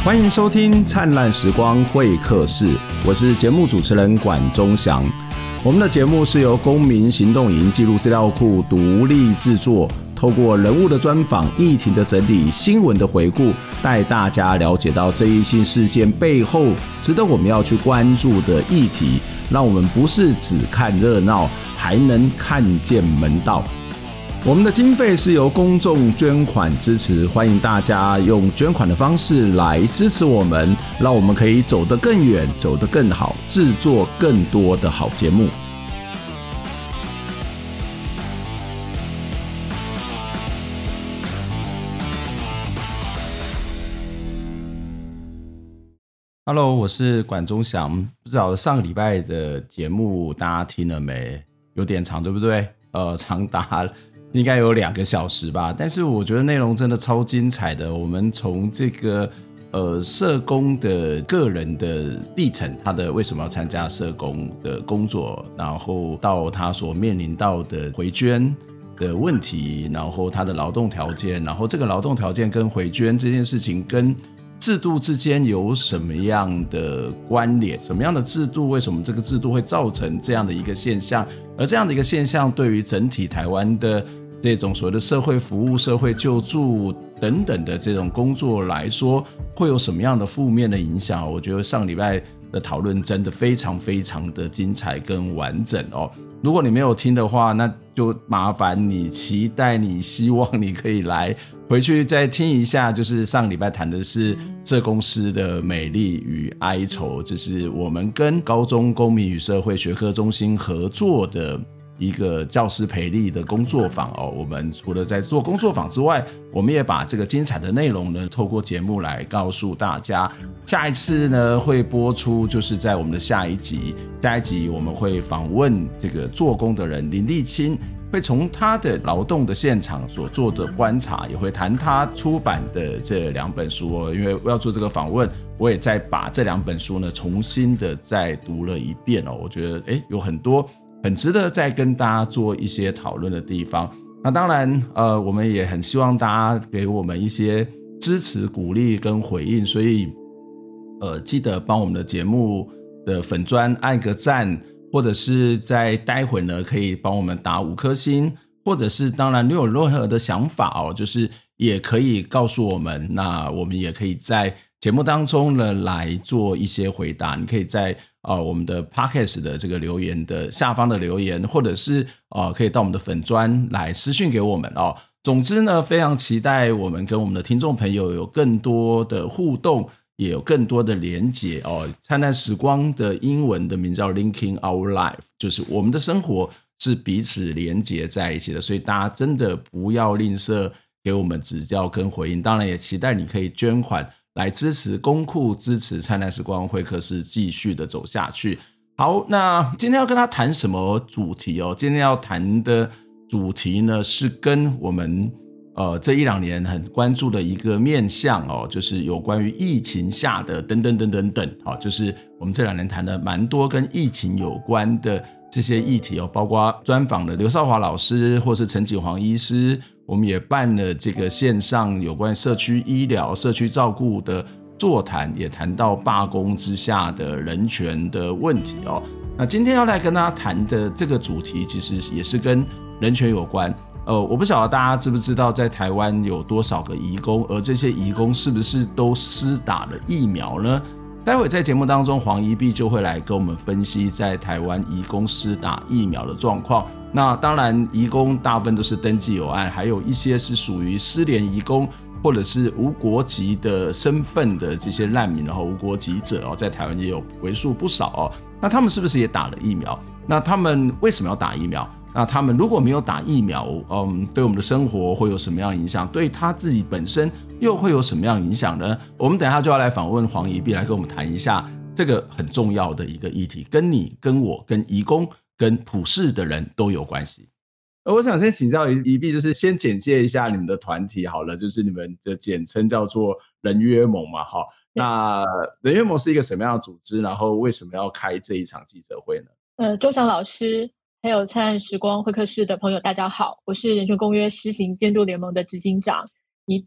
欢迎收听灿烂时光会客室，我是节目主持人管中祥。我们的节目是由公民行动营记录资料库独立制作，透过人物的专访、议题的整理、新闻的回顾，带大家了解到这一新事件背后值得我们要去关注的议题，让我们不是只看热闹，还能看见门道。我们的经费是由公众捐款支持，欢迎大家用捐款的方式来支持我们，让我们可以走得更远，走得更好，制作更多的好节目。Hello， 我是管中祥。不知道上个礼拜的节目大家听了没？有点长，对不对？长达应该有2个小时吧，但是我觉得内容真的超精彩的。我们从这个社工的个人的历程，他的为什么要参加社工的工作，然后到他所面临到的回捐的问题，然后他的劳动条件，然后这个劳动条件跟回捐这件事情跟制度之间有什么样的关联？什么样的制度？为什么这个制度会造成这样的一个现象？而这样的一个现象对于整体台湾的这种所谓的社会服务、社会救助等等的这种工作来说，会有什么样的负面的影响？我觉得上礼拜的讨论真的非常非常的精彩跟完整哦。如果你没有听的话，那就麻烦你期待你希望你可以来回去再听一下，就是上礼拜谈的是社工师的美丽与哀愁，就是我们跟高中公民与社会学科中心合作的一个教师培力的工作坊哦。我们除了在做工作坊之外，我们也把这个精彩的内容呢，透过节目来告诉大家。下一次呢会播出，就是在我们的下一集我们会访问这个做工的人林立清，会从他的劳动的现场所做的观察，也会谈他出版的这2本书哦。因为要做这个访问，我也再把这2本书呢重新的再读了一遍哦。我觉得有很多很值得再跟大家做一些讨论的地方。那当然我们也很希望大家给我们一些支持鼓励跟回应，所以记得帮我们的节目的粉专按个赞，或者是在待会呢可以帮我们打5颗星，或者是当然你有任何的想法哦，就是也可以告诉我们，那我们也可以在节目当中呢来做一些回答。你可以在我们的 Podcast 的这个留言的下方的留言，或者是可以到我们的粉专来私讯给我们哦。总之呢，非常期待我们跟我们的听众朋友有更多的互动，也有更多的连结哦。灿烂时光的英文的名叫 Linking Our Life， 就是我们的生活是彼此连结在一起的，所以大家真的不要吝啬给我们指教跟回应。当然也期待你可以捐款来支持公库，支持灿烂时光会客室继续的走下去。好，那今天要跟他谈什么主题哦？今天要谈的主题呢，是跟我们这1-2年很关注的一个面向哦，就是有关于疫情下的等等等等等，就是我们这2年谈的蛮多跟疫情有关的这些议题哦，包括专访了刘少华老师或是陈锦煌医师，我们也办了这个线上有关社区医疗、社区照顾的座谈，也谈到罢工之下的人权的问题哦。那今天要来跟大家谈的这个主题，其实也是跟人权有关。我不晓得大家知不知道，在台湾有多少个移工，而这些移工是不是都施打了疫苗呢？待会在节目当中，黄宜碧就会来跟我们分析在台湾移工施打疫苗的状况。那当然，移工大部分都是登记有案，还有一些是属于失联移工，或者是无国籍的身份的这些难民，然后无国籍者在台湾也有为数不少哦。那他们是不是也打了疫苗？那他们为什么要打疫苗？那他们如果没有打疫苗，对我们的生活会有什么样的影响？对他自己本身又会有什么样的影响呢？我们等一下就要来访问黄宜碧，来跟我们谈一下这个很重要的一个议题，跟你、跟我、跟移工、跟普世的人都有关系。我想先请教宜碧，就是先简介一下你们的团体好了，就是你们的简称叫做人约盟嘛，哈。那人约盟是一个什么样的组织？然后为什么要开这一场记者会呢？ 钟祥老师还有灿烂时光会客室的朋友大家好，我是人权公约施行监督联盟的执行长宜碧。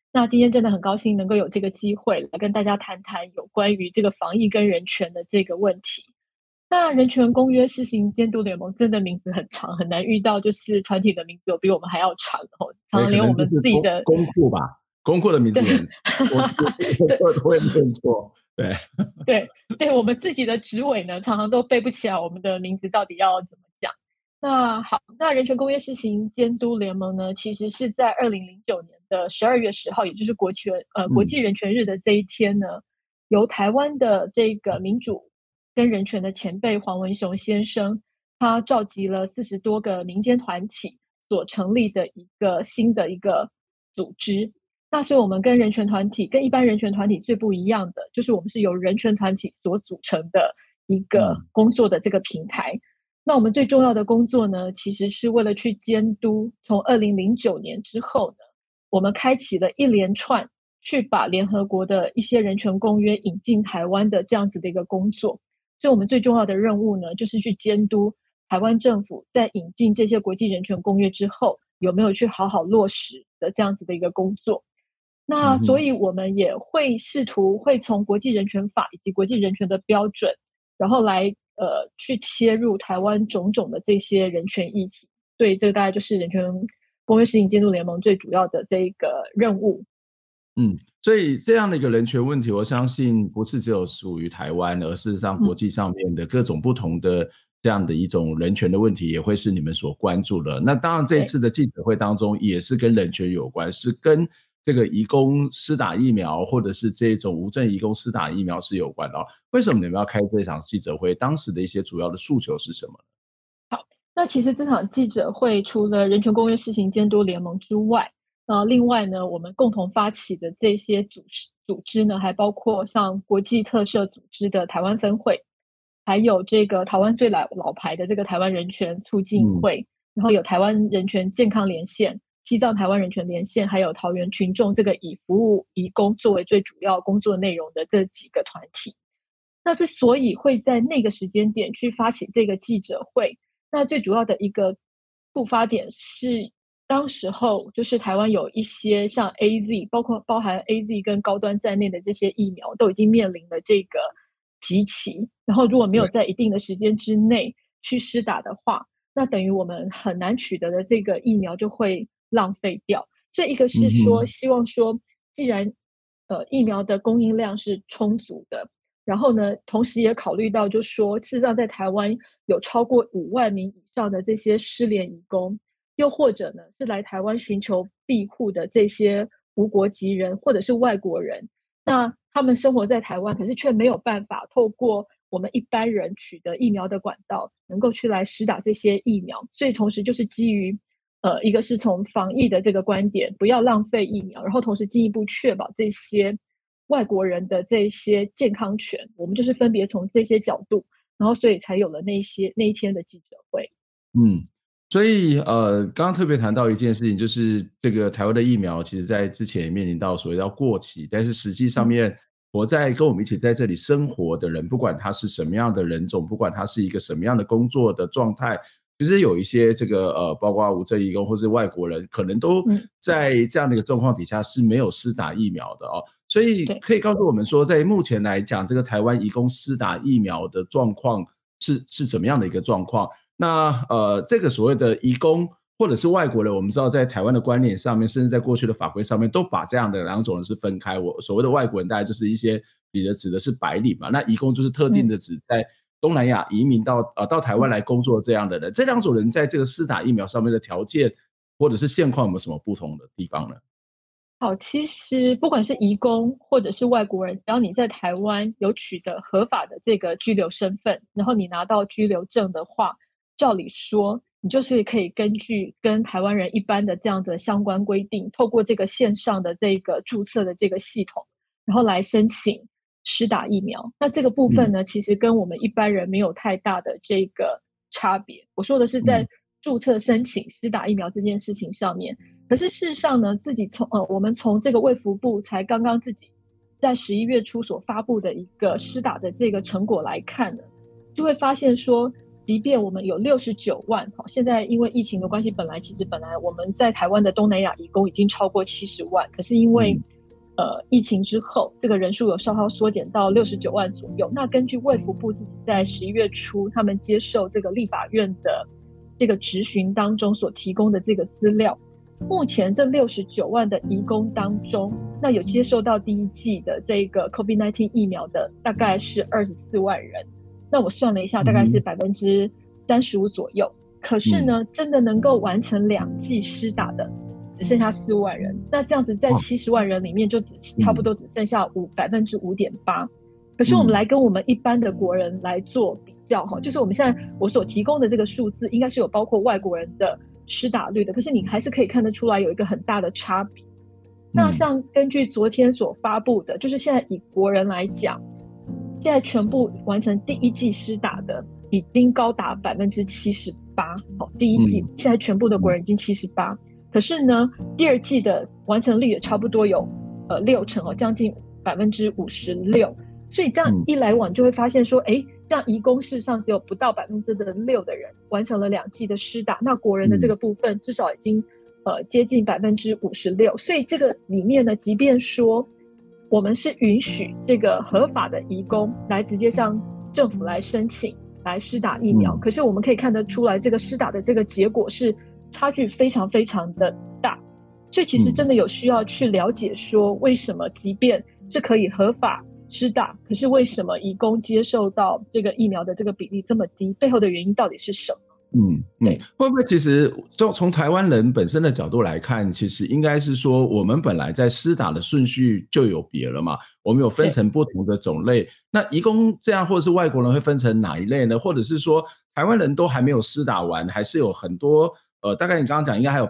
那今天真的很高兴能够有这个机会来跟大家谈谈有关于这个防疫跟人权的这个问题。那人权公约施行监督联盟真的名字很长，很难遇到就是团体的名字有比我们还要长哦，常常连我们自己的公库吧，公库的名字也我会念错。 对，我们自己的职委呢，常常都背不起来我们的名字到底要怎么讲。那好，那人权公约施行监督联盟呢，其实是在2009年的12月10号，也就是国际人权日的这一天呢，由台湾的这个民主跟人权的前辈黄文雄先生，他召集了40多个民间团体所成立的一个新的一个组织。那所以我们跟人权团体跟一般人权团体最不一样的，就是我们是由人权团体所组成的一个工作的这个平台。那我们最重要的工作呢，其实是为了去监督从2009年之后呢，我们开启了一连串去把联合国的一些人权公约引进台湾的这样子的一个工作。所以我们最重要的任务呢，就是去监督台湾政府在引进这些国际人权公约之后，有没有去好好落实的这样子的一个工作。那所以我们也会试图会从国际人权法以及国际人权的标准，然后来去切入台湾种种的这些人权议题。对，这个大概就是人权公约施行监督联盟最主要的这个任务。 所以这样的一个人权问题，我相信不是只有属于台湾，而事实上国际上面的各种不同的这样的一种人权的问题，也会是你们所关注的。那当然这一次的记者会当中也是跟人权有关，是跟这个移工施打疫苗，或者是这种无证移工施打疫苗是有关的。为什么你们要开这场记者会？当时的一些主要的诉求是什么？ 好，那其实这场记者会除了人权公约施行监督联盟之外，另外呢，我们共同发起的这些组织呢，还包括像国际特赦组织的台湾分会，还有这个台湾最老牌的这个台湾人权促进会，然后有台湾人权健康连线、西藏台湾人权连线，还有桃园群众这个以服务移工作为最主要工作内容的这几个团体。那之所以会在那个时间点去发起这个记者会，那最主要的一个触发点是当时候就是台湾有一些像 AZ 包含 AZ 跟高端在内的这些疫苗都已经面临了这个集齐，然后如果没有在一定的时间之内去施打的话，那等于我们很难取得的这个疫苗就会浪费掉。所以一个是说希望说既然疫苗的供应量是充足的，然后呢同时也考虑到就说事实上在台湾有超过5万名以上的这些失联移工，又或者呢是来台湾寻求庇护的这些无国籍人或者是外国人，那他们生活在台湾可是却没有办法透过我们一般人取得疫苗的管道能够去来施打这些疫苗。所以同时就是基于一个是从防疫的这个观点，不要浪费疫苗，然后同时进一步确保这些外国人的这些健康权，我们就是分别从这些角度，然后所以才有了那一天的记者会。 所以刚刚特别谈到一件事情，就是这个台湾的疫苗其实在之前也面临到所谓要过期，但是实际上面活在跟我们一起在这里生活的人，不管他是什么样的人种，不管他是一个什么样的工作的状态，其实有一些这个包括无证移工或是外国人，可能都在这样的一个状况底下是没有施打疫苗的哦。所以可以告诉我们说，在目前来讲，这个台湾移工施打疫苗的状况是怎么样的一个状况？那这个所谓的移工或者是外国人，我们知道在台湾的观念上面，甚至在过去的法规上面，都把这样的两种人是分开。我所谓的外国人，大概就是一些指的是白领嘛，那移工就是特定的指在东南亚移民到台湾来工作这样的人。这两种人在这个施打疫苗上面的条件或者是现况有没有什么不同的地方呢？ 好，其实不管是移工或者是外国人，只要你在台湾有取得合法的这个居留身份，然后你拿到居留证的话，照理说你就是可以根据跟台湾人一般的这样的相关规定，透过这个线上的这个注册的这个系统，然后来申请施打疫苗。那这个部分呢，其实跟我们一般人没有太大的这个差别。我说的是在注册申请施打疫苗这件事情上面。可是事实上呢，我们从这个卫福部才刚刚自己在11月初所发布的一个施打的这个成果来看呢，就会发现说， 即便我们有69万，现在因为疫情的关系，本来我们在台湾的东南亚移工已经超过70万，可是因为疫情之后，这个人数有稍稍缩减到69万左右。那根据卫福部自己在11月初他们接受这个立法院的这个质询当中所提供的这个资料，目前这69万的移工当中，那有接受到第一剂的这个 COVID-19 疫苗的大概是24万人。那我算了一下，大概是35%左右。可是呢，真的能够完成2剂施打的，只剩下4万人。那这样子在70万人里面，就差不多只剩下5.8%。可是我们来跟我们一般的国人来做比较，就是我们现在我所提供的这个数字，应该是有包括外国人的施打率的。可是你还是可以看得出来有一个很大的差别。那像根据昨天所发布的，就是现在以国人来讲，现在全部完成第一剂施打的已经高达78%。第一剂现在全部的国人已经78%。可是呢，第二剂的完成率也差不多有60%，将近56%。所以这样一来往就会发现说，这样移工事实上只有不到6%的人完成了2剂的施打，那国人的这个部分至少已经接近56%。所以这个里面呢，即便说我们是允许这个合法的移工来直接向政府来申请来施打疫苗，可是我们可以看得出来，这个施打的这个结果是差距非常非常的大。所以其实真的有需要去了解说，为什么即便是可以合法施打，可是为什么移工接受到这个疫苗的这个比例这么低，背后的原因到底是什么？ 会不会其实从台湾人本身的角度来看，其实应该是说我们本来在施打的顺序就有别了嘛，我们有分成不同的种类。那移工这样或者是外国人会分成哪一类呢？或者是说台湾人都还没有施打完，还是有很多大概你刚刚讲应该还有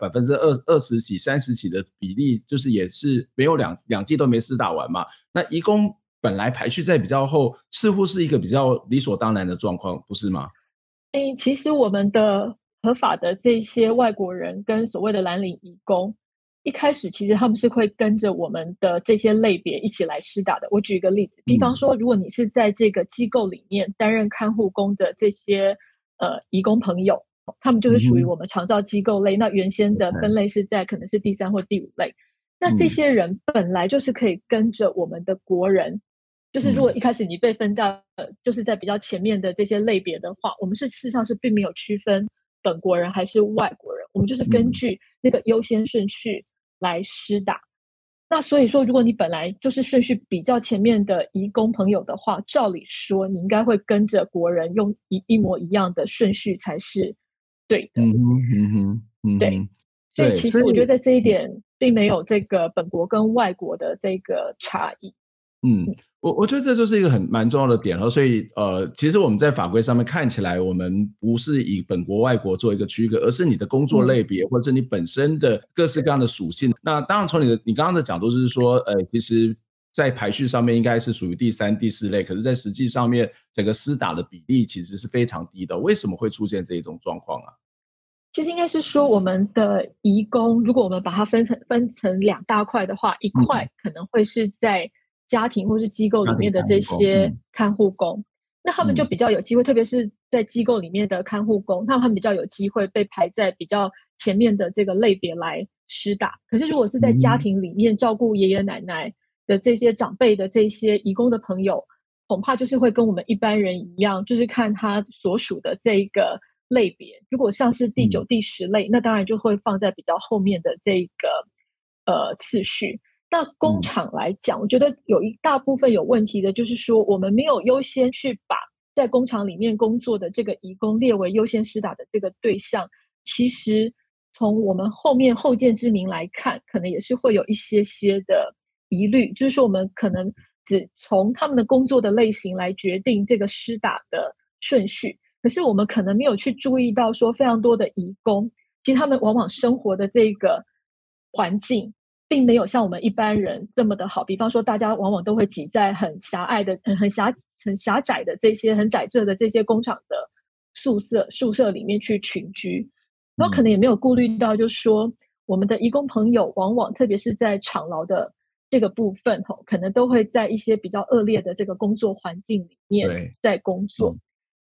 20%几30%几的比例，就是也是没有两剂都没施打完嘛。那移工本来排序在比较后，似乎是一个比较理所当然的状况，不是吗？ 其实我们的合法的这些外国人跟所谓的蓝领移工，一开始其实他们是会跟着我们的这些类别一起来施打的。我举一个例子，比方说，如果你是在这个机构里面担任看护工的这些移工朋友，他们就是属于我们长照机构类。那原先的分类是在可能是第3或第5类。那这些人本来就是可以跟着我们的国人。就是如果一开始你被分到就是在比较前面的这些类别的话，我们事实上是并没有区分本国人还是外国人，我们就是根据那个优先顺序来施打。那所以说，如果你本来就是顺序比较前面的移工朋友的话，照理说你应该会跟着国人用一模一样的顺序才是对的。对，所以其实我觉得在这一点并没有这个本国跟外国的这个差异。 我觉得这就是一个蛮重要的点了。所以其实我们在法规上面看起来，我们不是以本国外国做一个区隔，而是你的工作类别或者是你本身的各式各样的属性。那当然从你刚刚的角度就是说其实在排序上面应该是属于第3、第4类，可是在实际上面整个施打的比例其实是非常低的。为什么会出现这种状况啊？ 其实应该是说，我们的移工，如果我们把它分成2大块的话，一块可能会是在家庭或是机构里面的这些看护工，那他们就比较有机会，特别是在机构里面的看护工，他们比较有机会被排在比较前面的这个类别来施打。可是如果是在家庭里面照顾爷爷奶奶的这些长辈的这些移工的朋友，恐怕就是会跟我们一般人一样，就是看他所属的这个类别，如果像是第9、第10类，那当然就会放在比较后面的这个次序。那工厂来讲，我觉得有一大部分有问题的，就是说我们没有优先去把在工厂里面工作的这个移工列为优先施打的这个对象。其实从我们后见之明来看，可能也是会有一些的疑虑，就是说我们可能只从他们的工作的类型来决定这个施打的顺序。可是我们可能没有去注意到说，非常多的移工其实他们往往生活的这个环境并没有像我们一般人这么的好。比方说大家往往都会挤在很狭隘的很狭窄的这些很窄仄的这些工厂的宿舍里面去群居，然后可能也没有顾虑到就是说我们的移工朋友往往特别是在厂劳的这个部分可能都会在一些比较恶劣的这个工作环境里面在工作。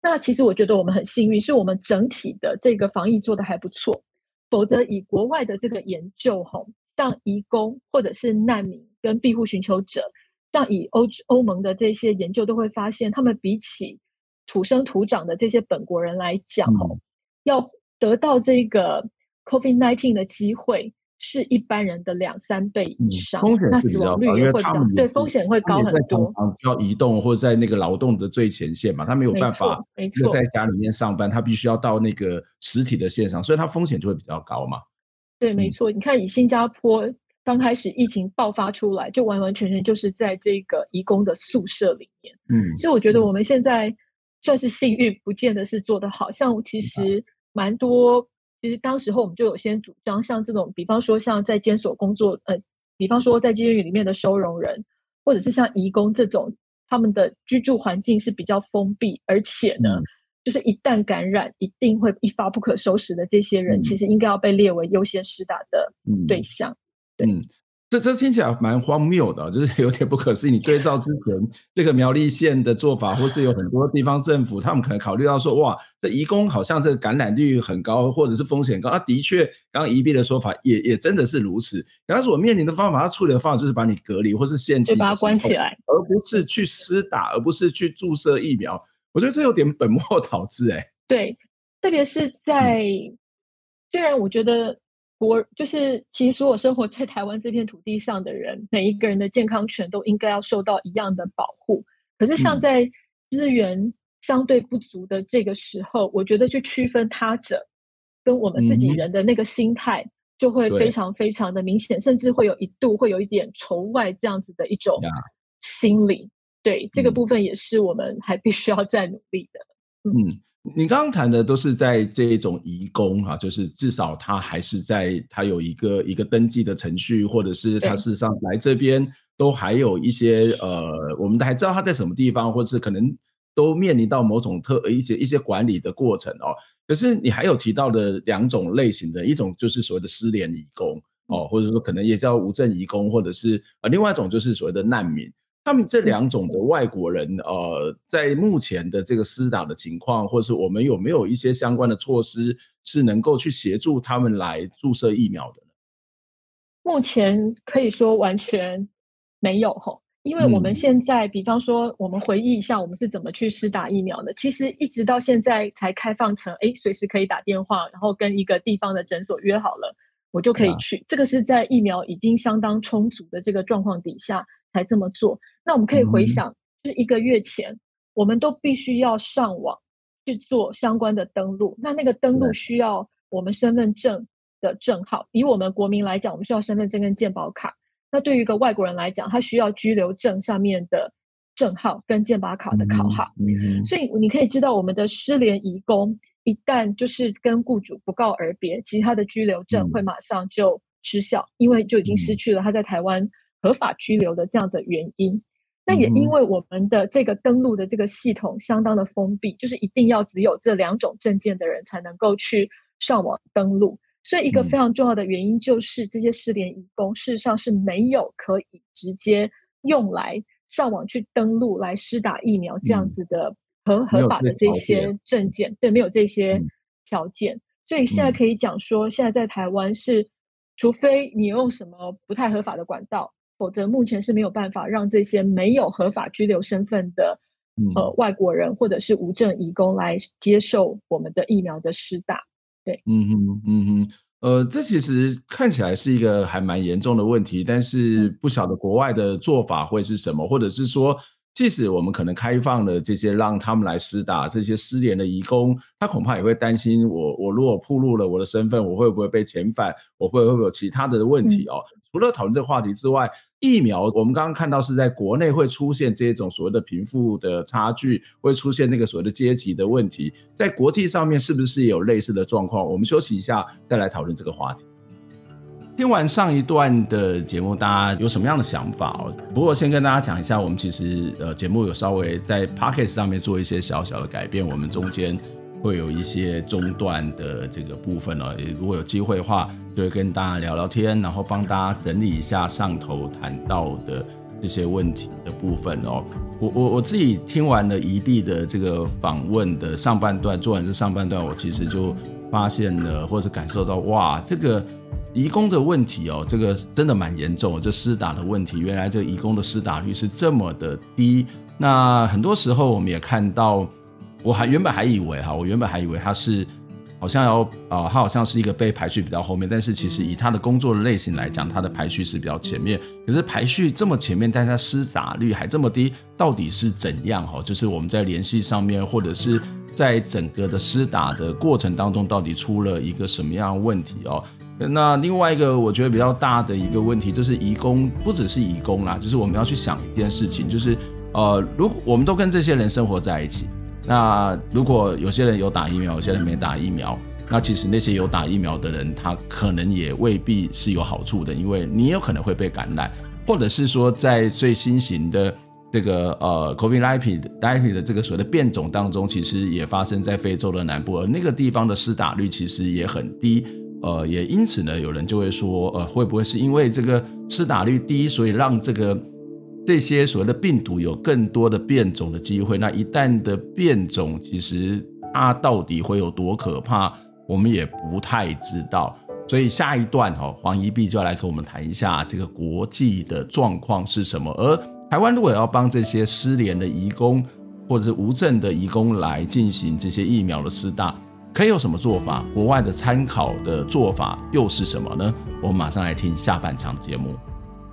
那其实我觉得我们很幸运，是我们整体的这个防疫做得还不错。否则以国外的这个研究，像移工或者是难民跟庇护寻求者，像以欧盟的这些研究都会发现，他们比起土生土长的这些本国人来讲，要得到这个 COVID-19 的机会是一般人的2-3倍以上， 风险那是比较高， 死亡率因为也会比较，对，风险会高很多。 要移动或者在那个劳动的最前线嘛，他没有办法没错在家里面上班，他必须要到那个实体的现场，所以他风险就会比较高嘛。 对，没错。你看，以新加坡刚开始疫情爆发出来，就完完全全就是在这个移工的宿舍里面。所以我觉得我们现在算是幸运，不见得是做得好。像其实蛮多，其实当时候我们就有先主张，像这种，比方说像在监所工作，比方说在监狱里面的收容人，或者是像移工这种，他们的居住环境是比较封闭，而且呢，就是一旦感染，一定会一发不可收拾的这些人，其实应该要被列为优先施打的对象。 这听起来蛮荒谬的，就是有点不可思议。你对照之前这个苗栗县的做法，或是有很多地方政府，他们可能考虑到说，哇，这移工好像这个感染率很高，或者是风险高。那的确，刚刚宜碧的说法也真的是如此。但是我面临的方法，他处理的方法就是把你隔离，或是限期， 把它关起来， 而不是去施打，而不是去注射疫苗。我觉得这有点本末倒置。 对，特别是在虽然我觉得就是其实所有生活在台湾这片土地上的人，每一个人的健康权都应该要受到一样的保护。可是像在资源相对不足的这个时候，我觉得去区分他者跟我们自己人的那个心态就会非常非常的明显，甚至会有一点仇外这样子的一种心理。对，这个部分也是我们还必须要再努力的。 你刚刚谈的都是在这种移工就是至少他还是他有一个登记的程序，或者是他事实上来这边都还有一些我们还知道他在什么地方，或者是可能都面临到某种一些管理的过程可是你还有提到的2种类型的，一种就是所谓的失联移工或者说可能也叫无证移工，或者是另外一种就是所谓的难民。他们这2种的外国人，在目前的这个施打的情况，或是我们有没有一些相关的措施，是能够去协助他们来注射疫苗的呢？ 目前可以说完全没有因为我们现在，比方说，我们回忆一下，我们是怎么去施打疫苗的。其实一直到现在才开放成，随时可以打电话，然后跟一个地方的诊所约好了，我就可以去。这个是在疫苗已经相当充足的这个状况底下才这么做。那我们可以回想，就是1个月前，我们都必须要上网去做相关的登录。那个登录需要我们身份证的证号，以我们国民来讲，我们需要身份证跟健保卡。那对于一个外国人来讲，他需要居留证上面的证号跟健保卡的考号。所以你可以知道，我们的失联移工一旦就是跟雇主不告而别，其实他的居留证会马上就失效，因为就已经失去了他在台湾合法居留的这样的原因。那也因为我们的这个登录的这个系统相当的封闭，就是一定要只有这2种证件的人才能够去上网登录。所以一个非常重要的原因就是这些失联移工事实上是没有可以直接用来上网去登录来施打疫苗这样子的合法的这些证件，对，没有这些条件。所以现在可以讲说，现在在台湾是，除非你用什么不太合法的管道，否则目前是没有办法让这些没有合法居留身份的外国人或者是无证移工来接受我们的疫苗的施打。对， 这其实看起来是一个还蛮严重的问题，但是不晓得国外的做法会是什么，或者是说，即使我们可能开放了这些让他们来施打这些失联的移工，他恐怕也会担心我如果暴露了我的身份，我会不会被遣返，我会不会有其他的问题除了讨论这个话题之外，疫苗我们刚刚看到是在国内会出现这种所谓的贫富的差距，会出现那个所谓的阶级的问题，在国际上面是不是也有类似的状况？我们休息一下再来讨论这个话题。听完上一段的节目，大家有什么样的想法不过先跟大家讲一下，我们其实节目有稍微在 Podcast 上面做一些小小的改变，我们中间会有一些中断的这个部分如果有机会的话，就会跟大家聊聊天，然后帮大家整理一下上头谈到的这些问题的部分哦。我自己听完了宜碧的这个访问的上半段，做完这上半段，我其实就发现了或者感受到，哇，这个移工的问题哦，这个真的蛮严重的，这施打的问题，原来这个移工的施打率是这么的低。那很多时候我们也看到，我原本还以为他是好像他好像是一个被排序比较后面，但是其实以他的工作的类型来讲，他的排序是比较前面。可是排序这么前面，但是他施打率还这么低，到底是怎样？就是我们在联系上面，或者是在整个的施打的过程当中，到底出了一个什么样的问题哦？那另外一个我觉得比较大的一个问题，就是移工不只是移工啦，就是我们要去想一件事情，就是如果我们都跟这些人生活在一起。那如果有些人有打疫苗，有些人没打疫苗，那其实那些有打疫苗的人，他可能也未必是有好处的，因为你有可能会被感染，或者是说在最新型的这个COVID-19 的这个所谓的变种当中，其实也发生在非洲的南部，而那个地方的施打率其实也很低。也因此呢，有人就会说，会不会是因为这个施打率低，所以让这些所谓的病毒有更多的变种的机会？那一旦的变种，其实它到底会有多可怕，我们也不太知道。所以下一段黄宜碧就要来跟我们谈一下这个国际的状况是什么。而台湾如果要帮这些失联的移工或者是无症的移工来进行这些疫苗的施打，可以有什么做法？国外的参考的做法又是什么呢？我们马上来听下半场节目。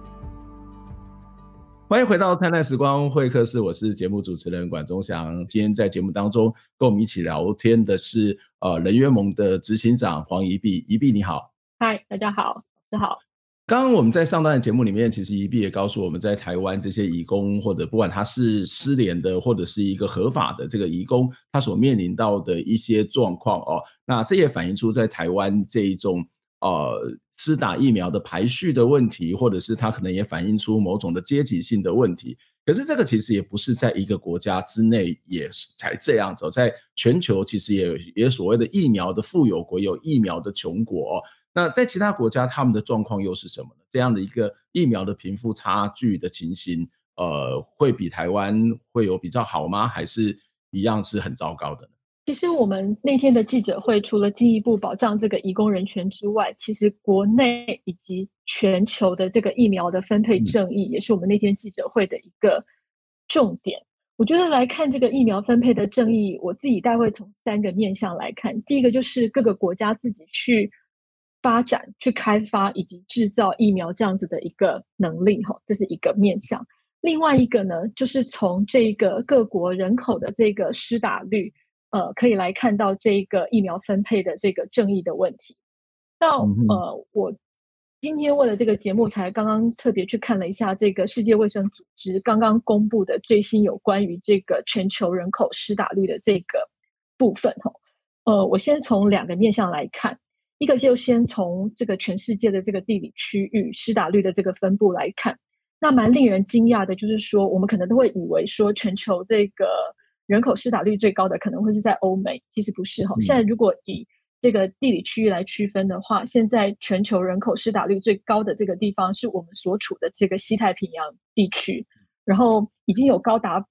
欢迎回到灿烂时光会客室，我是节目主持人管中祥。今天在节目当中跟我们一起聊天的是人约盟的执行长黄宜碧。宜碧你好。 嗨，大家好，老师好。 刚刚我们在上段的节目里面，其实宜碧也告诉我们，在台湾这些移工，或者不管他是失联的，或者是一个合法的这个移工，他所面临到的一些状况哦。那这也反映出在台湾这一种施打疫苗的排序的问题，或者是它可能也反映出某种的阶级性的问题。可是这个其实也不是在一个国家之内也才这样子，在全球其实也有所谓的疫苗的富有国，有疫苗的穷国。那在其他国家他们的状况又是什么呢？这样的一个疫苗的贫富差距的情形，会比台湾会有比较好吗？还是一样是很糟糕的呢？ 其实我们那天的记者会，除了进一步保障这个移工人权之外，其实国内以及全球的这个疫苗的分配正义，也是我们那天记者会的一个重点。我觉得来看这个疫苗分配的正义，我自己大概会从3个面向来看。第一个就是各个国家自己去发展、去开发以及制造疫苗这样子的一个能力，这是一个面向。另外一个呢，就是从这个各国人口的这个施打率，可以来看到这个疫苗分配的这个正义的问题。那我今天为了这个节目，才刚刚特别去看了一下这个世界卫生组织刚刚公布的最新有关于这个全球人口施打率的这个部分。我先从2个面向来看，一个就先从这个全世界的这个地理区域施打率的这个分布来看。那蛮令人惊讶的就是说，我们可能都会以为说全球这个人口施打率最高的可能会是在欧美，其实不是。现在如果以这个地理区域来区分的话，现在全球人口施打率最高的这个地方是我们所处的这个西太平洋地区，然后已经有高达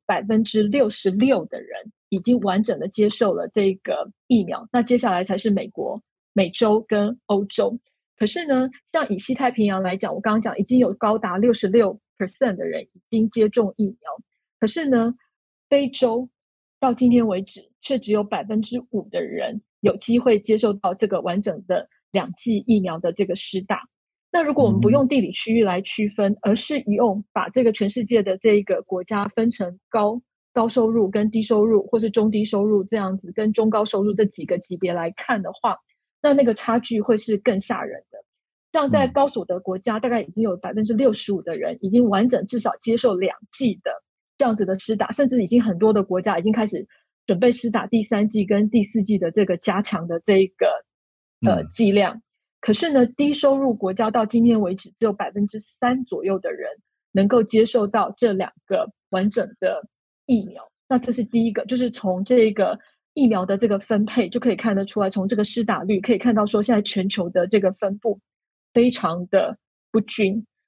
66%的人已经完整的接受了这个疫苗，那接下来才是美国、美洲跟欧洲。可是呢，像以西太平洋来讲，我刚刚讲已经有高达66% 的人已经接种疫苗，可是呢，非洲到今天为止却只有5%的人有机会接受到这个完整的2剂疫苗的这个施打。那如果我们不用地理区域来区分，而是用把这个全世界的这个国家分成高收入跟低收入，或是中低收入这样子，跟中高收入这几个级别来看的话，那个差距会是更吓人的。像在高所得国家，大概已经有65%的人已经完整至少接受2剂的这样子的施打，甚至已经很多的国家已经开始准备施打第3剂跟第4剂的这个加强的这个剂量。可是呢，低收入国家到今天为止只有3%左右的人能够接受到这2个完整的疫苗。那这是第一个，就是从这个疫苗的这个分配就可以看得出来，从这个施打率可以看到说，现在全球的这个分布非常的不均。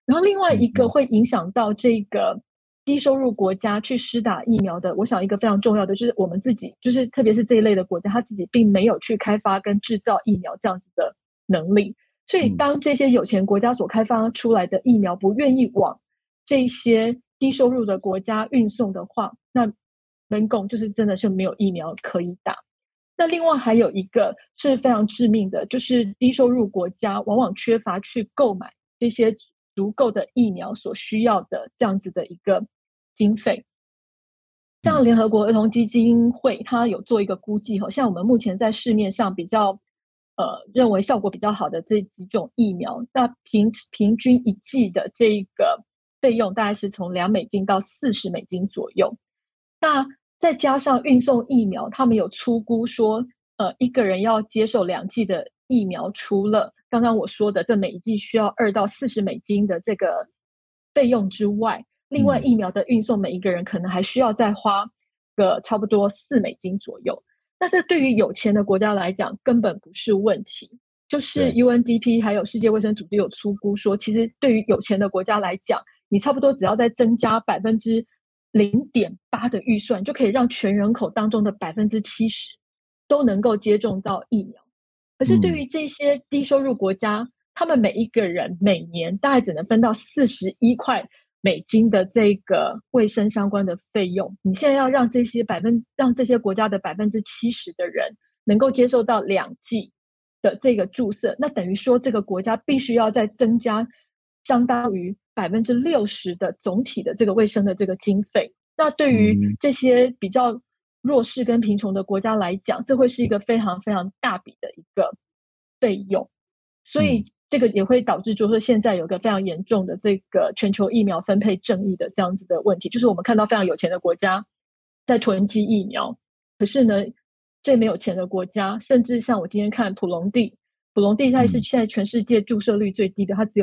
然后另外一个会影响到这个低收入国家去施打疫苗的，我想一个非常重要的就是我们自己，就是特别是这一类的国家，它自己并没有去开发跟制造疫苗这样子的能力。所以当这些有钱国家所开发出来的疫苗不愿意往这些低收入的国家运送的话，那人工就是真的是没有疫苗可以打。那另外还有一个是非常致命的，就是低收入国家往往缺乏去购买这些足够的疫苗所需要的这样子的一个经费。像联合国儿童基金会，它有做一个估计，像我们目前在市面上比较认为效果比较好的这几种疫苗，那平均一剂的这个费用大概是从$2到$40左右。那再加上运送疫苗，他们有粗估说，一个人要接受2剂的疫苗，除了刚刚我说的这每一剂需要$2到$40的这个费用之外，另外疫苗的运送，每一个人可能还需要再花个差不多$4左右。那这对于有钱的国家来讲根本不是问题，就是 UNDP 还有世界卫生组织有粗估说，其实对于有钱的国家来讲，你差不多只要再增加0.8%的预算，就可以让全人口当中的70%都能够接种到疫苗。可是对于这些低收入国家，他们每一个人每年大概只能分到$41的这个卫生相关的费用。你现在要让这些国家的70%的人能够接受到2剂的这个注射，那等于说这个国家必须要再增加相当于60%的总体的这个卫生的这个经费。那对于这些比较弱势跟贫穷的国家来讲，这会是一个非常非常大笔的一个费用。所以这个也会导致就是现在有个非常严重的这个全球疫苗分配正义的这样子的问题，就是我们看到非常有钱的国家在囤积疫苗，可是呢最没有钱的国家，甚至像我今天看普隆地它是现在全世界注射率最低的，它只有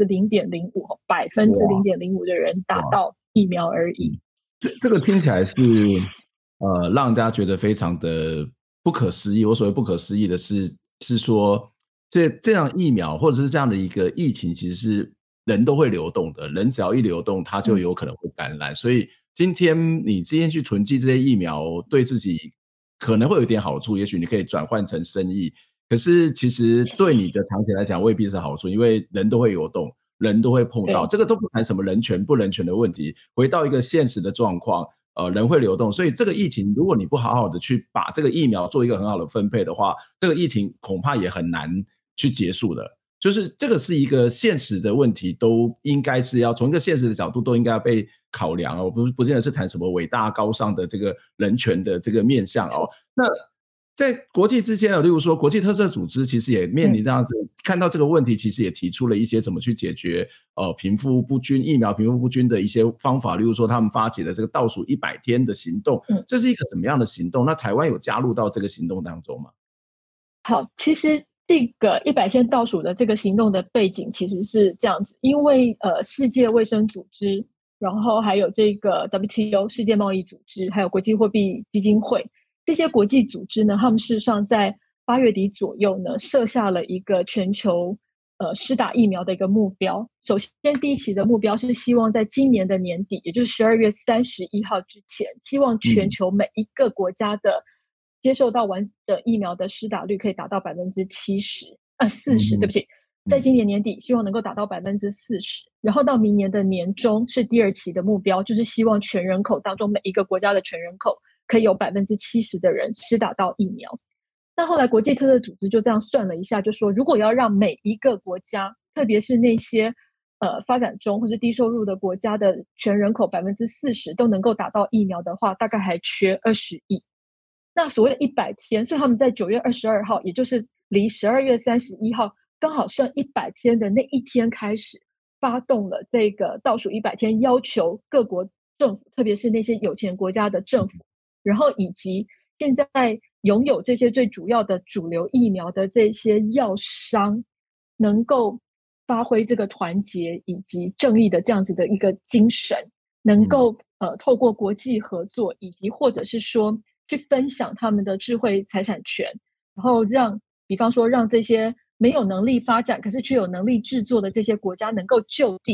0.05%的人打到疫苗而已。 这个听起来是让大家觉得非常的不可思议。我所谓不可思议的是说这样疫苗或者是这样的一个疫情，其实是人都会流动的，人只要一流动，它就有可能会感染。所以今天你去囤积这些疫苗，对自己可能会有一点好处，也许你可以转换成生意。可是其实对你的长期来讲未必是好处，因为人都会流动，人都会碰到，这个都不谈什么人权不人权的问题，回到一个现实的状况，人会流动，所以这个疫情如果你不好好的去把这个疫苗做一个很好的分配的话，这个疫情恐怕也很难去结束的。就是这个是一个现实的问题，都应该是要从一个现实的角度都应该要被考量哦，不见得是谈什么伟大高尚的这个人权的这个面向哦。那在国际之间，例如说国际特赦组织其实也面临这样子，看到这个问题，其实也提出了一些怎么去解决贫富不均、疫苗贫富不均的一些方法，例如说他们发起的这个倒数100天的行动，这是一个什么样的行动？那台湾有加入到这个行动当中吗？ 好，其实这个100天倒数的这个行动的背景其实是这样子，因为世界卫生组织，然后还有这个 WTO 世界贸易组织，还有国际货币基金会，这些国际组织呢，他们事实上在8月底左右呢，设下了一个全球施打疫苗的一个目标。首先第一期的目标是希望在今年的年底，也就是12月31号之前，希望全球每一个国家的接受到完整疫苗的施打率可以达到40%，对不起，在今年年底希望能够达到40%，然后到明年的年中是第2期的目标，就是希望全人口当中每一个国家的全人口可以有70%的人施打到疫苗。那后来国际特赦组织就这样算了一下，就说如果要让每一个国家，特别是那些发展中或是低收入的国家的全人口40%都能够打到疫苗的话，大概还缺20亿。那所谓的100天，所以他们在9月22号，也就是离12月31号刚好剩100天的那一天开始，发动了这个倒数100天，要求各国政府，特别是那些有钱国家的政府，然后以及现在拥有这些最主要的主流疫苗的这些药商，能够发挥这个团结以及正义的这样子的一个精神，能够透过国际合作，以及或者是说去分享他们的智慧财产权，然后比方说让这些没有能力发展可是却有能力制作的这些国家能够就地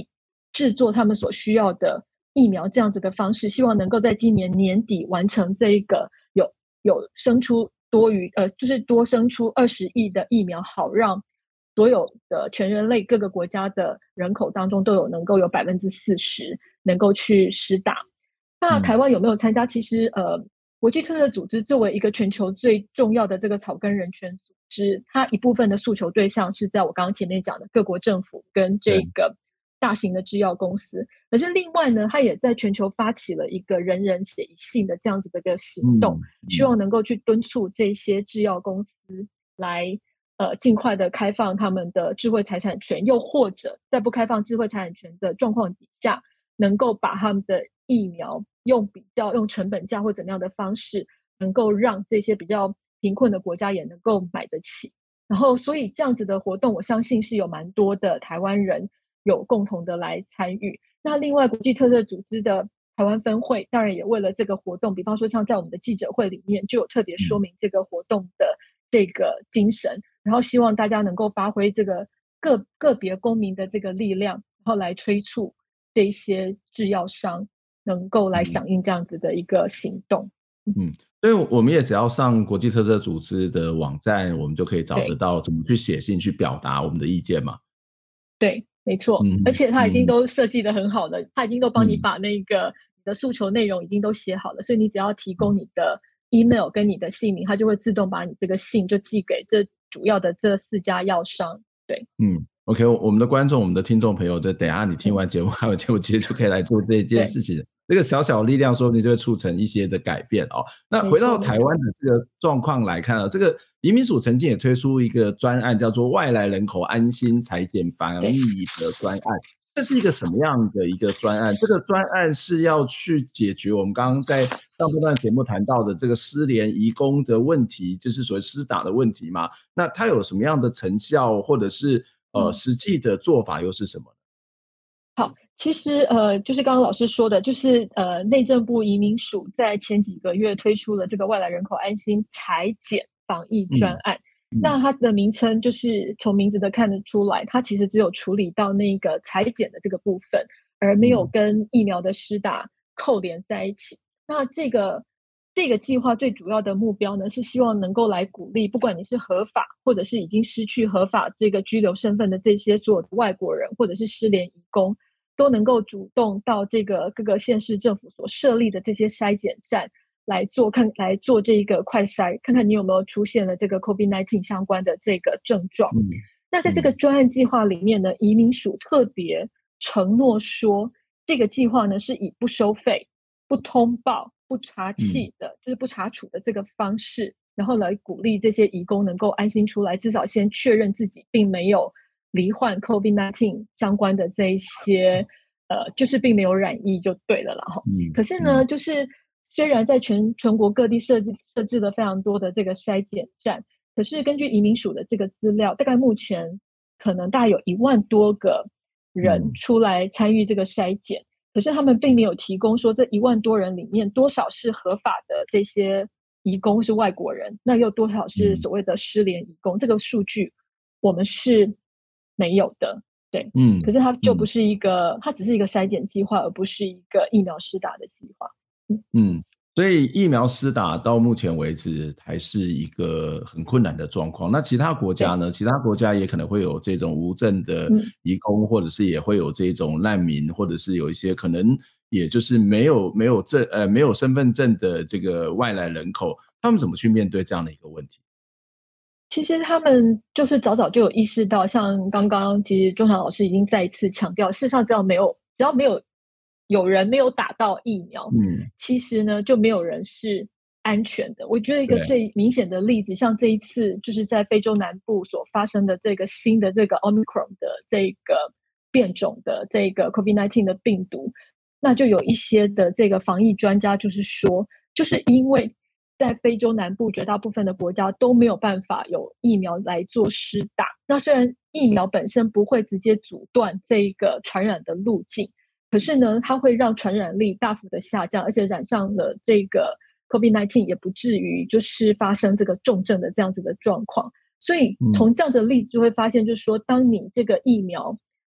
制作他们所需要的疫苗这样子的方式，希望能够在今年年底完成这一个有生出就是多生出20亿的疫苗，好让所有的全人类各个国家的人口当中都能够有40%能够去施打。那台湾有没有参加？其实国际特赦组织作为一个全球最重要的这个草根人权组织，它一部分的诉求对象是在我刚刚前面讲的各国政府跟这个大型的制药公司。可是另外呢，它也在全球发起了一个人人写一信的这样子的一个行动，希望能够去敦促这些制药公司来尽快的开放他们的智慧财产权，又或者在不开放智慧财产权的状况底下，能够把他们的疫苗用成本价或怎么样的方式，能够让这些比较贫困的国家也能够买得起。然后所以这样子的活动，我相信是有蛮多的台湾人有共同的来参与。那另外国际特赦组织的台湾分会当然也为了这个活动，比方说像在我们的记者会里面就有特别说明这个活动的这个精神，然后希望大家能够发挥这个个别公民的这个力量，然后来催促这些制药商能够来响应这样子的一个行动。 所以我们也只要上国际特赦组织的网站，我们就可以找得到怎么去写信去表达我们的意见嘛。 对，没错，而且他已经都设计得很好了，他已经都帮你把那个你的诉求内容已经都写好了，所以你只要提供你的 email 跟你的姓名，他就会自动把你这个信就寄给这主要的这4家药商。对 ，OK， 我们的观众我们的听众朋友，等一下你听完节目看完节目其实就可以来做这件事情，这个小小力量说不定就会促成一些的改变哦。那回到台湾的这个状况来看，这个移民署曾经也推出一个专案，叫做外来人口安心采检防疫的专案。这是一个什么样的一个专案？这个专案是要去解决我们刚刚在上半段节目谈到的这个失联移工的问题，就是所谓施打的问题嘛？那它有什么样的成效，或者是实际的做法又是什么？ 好，其实就是刚刚老师说的，就是内政部移民署在前几个月推出了这个外来人口安心采检防疫专案。那它的名称就是从名字的看得出来，它其实只有处理到那个采检的这个部分，而没有跟疫苗的施打扣连在一起。那这个计划最主要的目标呢，是希望能够来鼓励，不管你是合法或者是已经失去合法这个居留身份的这些所有的外国人，或者是失联移工，都能够主动到这个各个县市政府所设立的这些筛检站来做这个快筛，看看你有没有出现了这个 COVID-19 相关的这个症状。那在这个专案计划里面呢，移民署特别承诺说，这个计划呢是以不收费、不通报、不查气的，就是不查处的这个方式，然后来鼓励这些移工能够安心出来，至少先确认自己并没有罹患 COVID-19 相关的这一些就是并没有染疫就对了啦。可是呢，就是虽然在全国各地设置了非常多的这个筛检站，可是根据移民署的这个资料，大概目前可能大概有1万多个人出来参与这个筛检，可是他们并没有提供说这1万多人里面多少是合法的这些移工是外国人，那又多少是所谓的失联移工，这个数据我们是没有的。对，可是它就不是它只是一个筛检计划，而不是一个疫苗施打的计划。 所以疫苗施打到目前为止还是一个很困难的状况。那其他国家呢？其他国家也可能会有这种无证的移工，或者是也会有这种难民，或者是有一些可能也就是没有身份证的这个外来人口，他们怎么去面对这样的一个问题？ 其实他们就是早早就有意识到，像刚刚其实钟祥老师已经再一次强调，事实上只要没有人没有打到疫苗，其实呢就没有人是安全的。我觉得一个最明显的例子，像这一次就是在非洲南部所发生的这个新的这个 Omicron 的这个变种的这个 COVID-19 的病毒，那就有一些的这个防疫专家就是说，就是因为在非洲南部绝大部分的国家都没有办法有疫苗来做施打，那虽然疫苗本身不会直接阻断这个传染的路径，可是呢它会让传染力大幅的下降，而且染上了这个 COVID-19 也不至于就是发生这个重症的这样子的状况。所以从这样的例子就会发现，就是说当你这个疫苗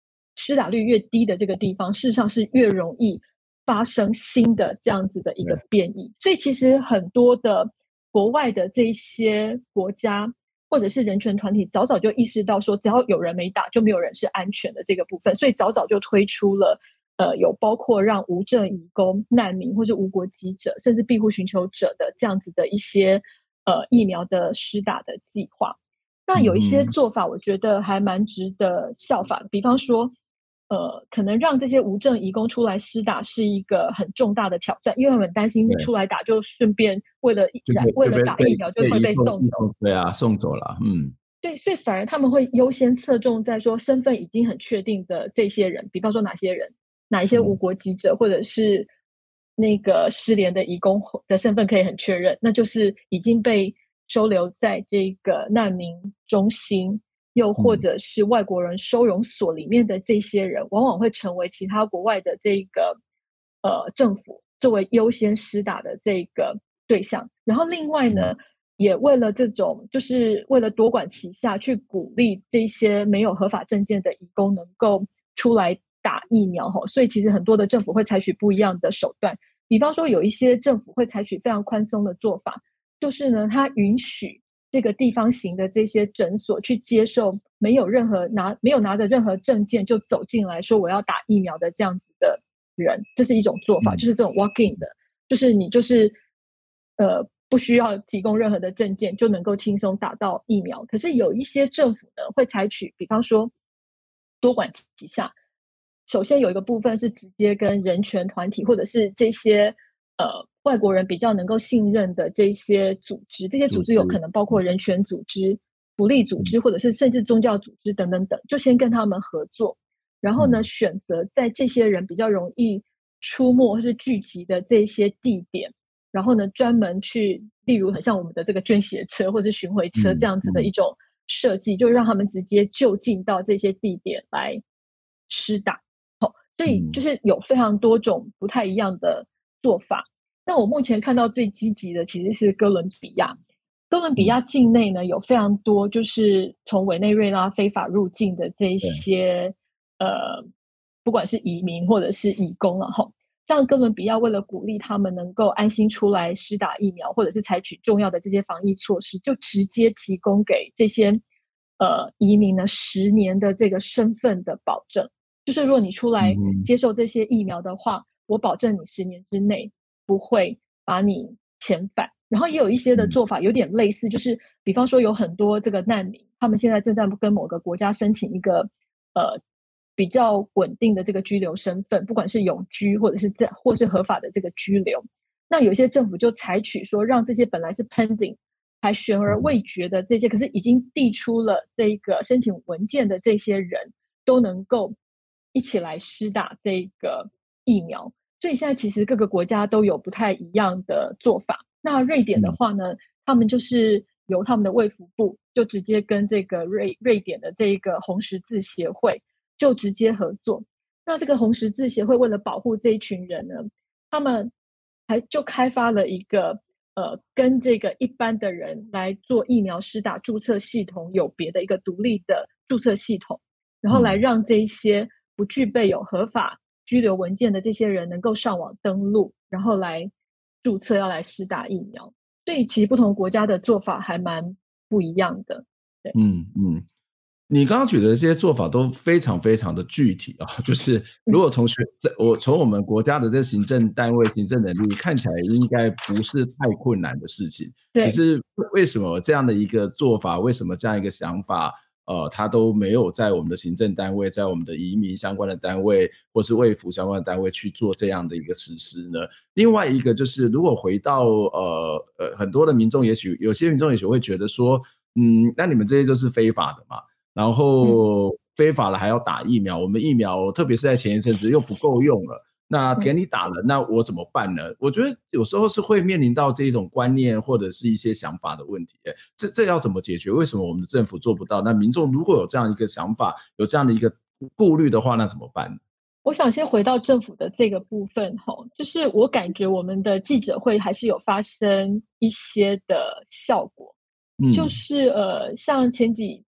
施打率越低的这个地方，事实上是越容易发生新的这样子的一个变异。所以其实很多的国外的这些国家或者是人权团体早早就意识到说，只要有人没打，就没有人是安全的这个部分，所以早早就推出了有包括让无证移工、难民或是无国籍者，甚至庇护寻求者的这样子的一些疫苗的施打的计划。那有一些做法，我觉得还蛮值得效法的，比方说，可能让这些无证移工出来施打是一个很重大的挑战，因为我们担心出来打就顺便为了打疫苗就会被送走， 对啊，送走了， 对，所以反而他们会优先侧重在说身份已经很确定的这些人，比方说哪些人，哪一些无国籍者，或者是那个失联的移工的身份可以很确认，那就是已经被收留在这个难民中心，又或者是外国人收容所里面的这些人，往往会成为其他国外的这个政府作为优先施打的这个对象。然后另外呢，也为了这种，就是为了多管齐下，去鼓励这些没有合法证件的移工能够出来打疫苗，所以其实很多的政府会采取不一样的手段。比方说有一些政府会采取非常宽松的做法，就是呢，它允许这个地方型的这些诊所去接受没有拿着任何证件就走进来说我要打疫苗的这样子的人，这是一种做法，就是这种 walk in 的，就是你就是不需要提供任何的证件就能够轻松打到疫苗。可是有一些政府呢会采取，比方说多管齐下。首先有一个部分是直接跟人权团体或者是这些外国人比较能够信任的这些组织，这些组织有可能包括人权组织、福利组织，或者是甚至宗教组织等等等，就先跟他们合作，然后呢，选择在这些人比较容易出没或是聚集的这些地点，然后呢，专门去，例如很像我们的这个捐血车或是巡回车这样子的一种设计，就让他们直接就近到这些地点来施打。所以就是有非常多种不太一样的做法。那我目前看到最积极的其实是哥伦比亚。哥伦比亚境内呢有非常多就是从委内瑞拉非法入境的这些不管是移民或者是移工了哈。像哥伦比亚为了鼓励他们能够安心出来施打疫苗，或者是采取重要的这些防疫措施，就直接提供给这些移民呢10年的这个身份的保证。就是如果你出来接受这些疫苗的话，我保证你10年之内不会把你遣返。然后也有一些的做法有点类似，就是比方说有很多这个难民，他们现在正在跟某个国家申请一个比较稳定的这个居留身份，不管是永居或是合法的这个居留。那有一些政府就采取说，让这些本来是 pending 还悬而未决的这些，可是已经递出了这个申请文件的这些人都能够一起来施打这个疫苗。所以现在其实各个国家都有不太一样的做法。那瑞典的话呢，他们就是由他们的卫福部就直接跟这个瑞典的这个红十字协会就直接合作。那这个红十字协会为了保护这一群人呢，他们就开发了一个跟这个一般的人来做疫苗施打注册系统有别的一个独立的注册系统，然后来让这些不具备有合法居留文件的这些人能够上网登录，然后来注册要来施打疫苗。所以其实不同国家的做法还蛮不一样的。对， 你刚刚举的这些做法都非常非常的具体啊，就是如果从我们国家的这行政单位行政能力看起来应该不是太困难的事情，只是为什么这样的一个做法，为什么这样一个想法它都没有在我们的行政单位，在我们的移民相关的单位或是卫福相关的单位去做这样的一个实施呢？另外一个就是如果回到很多的民众有些民众也许会觉得说那你们这些就是非法的嘛，然后非法了还要打疫苗，我们疫苗特别是在前一阵子又不够用了，那给你打了，那我怎么办呢？我觉得有时候是会面临到这种观念或者是一些想法的问题，这要怎么解决？为什么我们的政府做不到？那民众如果有这样一个想法，有这样的一个顾虑的话，那怎么办呢？ 我想先回到政府的这个部分，就是我感觉我们的记者会还是有发生一些的效果，就是像前几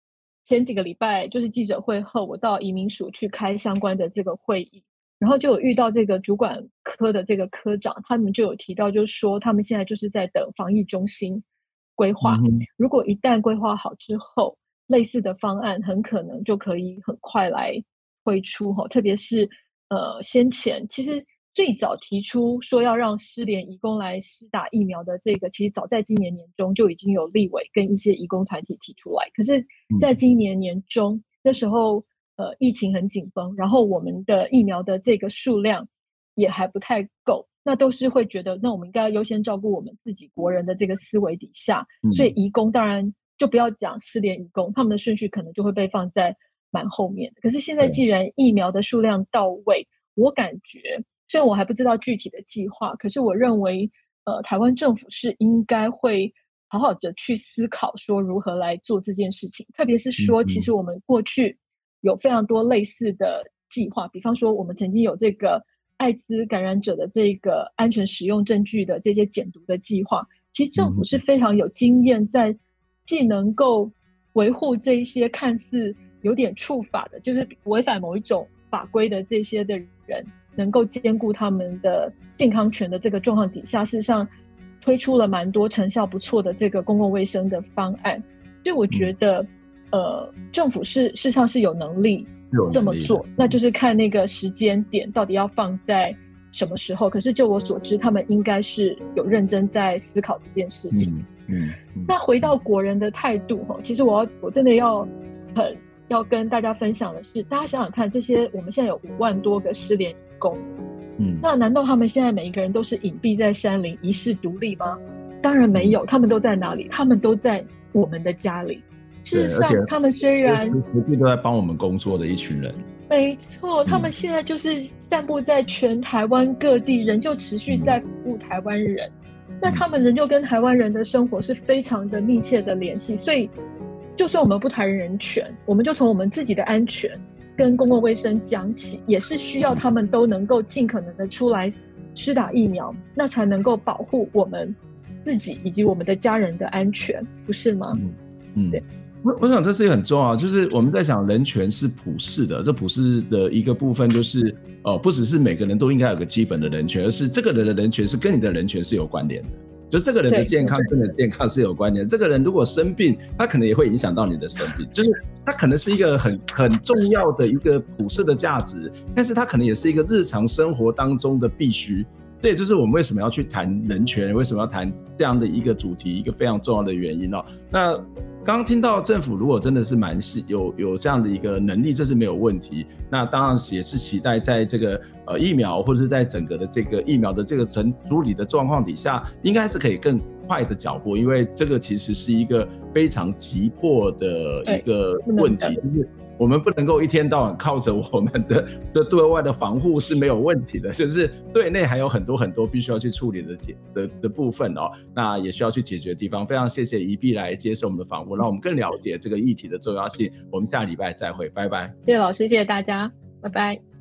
前几个礼拜就是记者会后，我到移民署去开相关的这个会议，然后就有遇到这个主管科的这个科长，他们就有提到，就是说他们现在就是在等防疫中心规划，如果一旦规划好之后，类似的方案很可能就可以很快来推出，特别是先前其实最早提出说要让失联移工来施打疫苗的这个，其实早在今年年中就已经有立委跟一些移工团体提出来，可是在今年年中那时候疫情很紧绷，然后我们的疫苗的这个数量也还不太够，那都是会觉得那我们应该优先照顾我们自己国人的这个思维底下，所以移工当然就不要讲失联移工，他们的顺序可能就会被放在蛮后面的。可是现在既然疫苗的数量到位，我感觉虽然我还不知道具体的计划，可是我认为台湾政府是应该会好好的去思考说如何来做这件事情，特别是说其实我们过去有非常多类似的计划，比方说我们曾经有这个艾滋感染者的这个安全使用证据的这些检读的计划，其实政府是非常有经验，在既能够维护这一些看似有点触法的，就是违反某一种法规的这些的人，能够兼顾他们的健康权的这个状况底下，事实上推出了蛮多成效不错的这个公共卫生的方案，所以我觉得政府事实上是有能力这么做，那就是看那个时间点到底要放在什么时候。可是就我所知，他们应该是有认真在思考这件事情。那回到国人的态度，其实我真的要跟大家分享的是，大家想想看，这些我们现在有5万多个失联移工，那难道他们现在每一个人都是隐蔽在山林遗世独立吗？当然没有，他们都在哪里？他们都在我们的家里。事实上他们虽然不必都在帮我们工作的一群人， 没错，他们现在就是散布在全台湾各地，仍旧持续在服务台湾人，那他们仍旧跟台湾人的生活是非常的密切的联系，所以就算我们不谈人权，我们就从我们自己的安全跟公共卫生讲起，也是需要他们都能够尽可能的出来施打疫苗，那才能够保护我们自己以及我们的家人的安全，不是吗？对。 我想这是一个很重要，就是我们在想人权是普世的，这普世的一个部分就是不只是每个人都应该有个基本的人权，而是这个人的人权是跟你的人权是有关联的，就这个人的健康跟你的健康是有关联的，这个人如果生病，他可能也会影响到你的生病，就是他可能是一个很重要的一个普世的价值，但是他可能也是一个日常生活当中的必须。这也就是我们为什么要去谈人权，为什么要谈这样的一个主题，一个非常重要的原因。那刚刚听到政府如果真的是有这样的一个能力，这是没有问题。那当然也是期待在这个疫苗或者是在整个的这个疫苗的这个处理的状况底下，应该是可以更快的脚步，因为这个其实是一个非常急迫的一个问题，就是我们不能够一天到晚靠着我们的对外的防护是没有问题的，就是对内还有很多很多必须要去处理的部分那也需要去解决的地方。非常谢谢宜碧来接受我们的访问，让我们更了解这个议题的重要性。我们下礼拜再会，拜拜。 谢谢老师，谢谢大家，拜拜。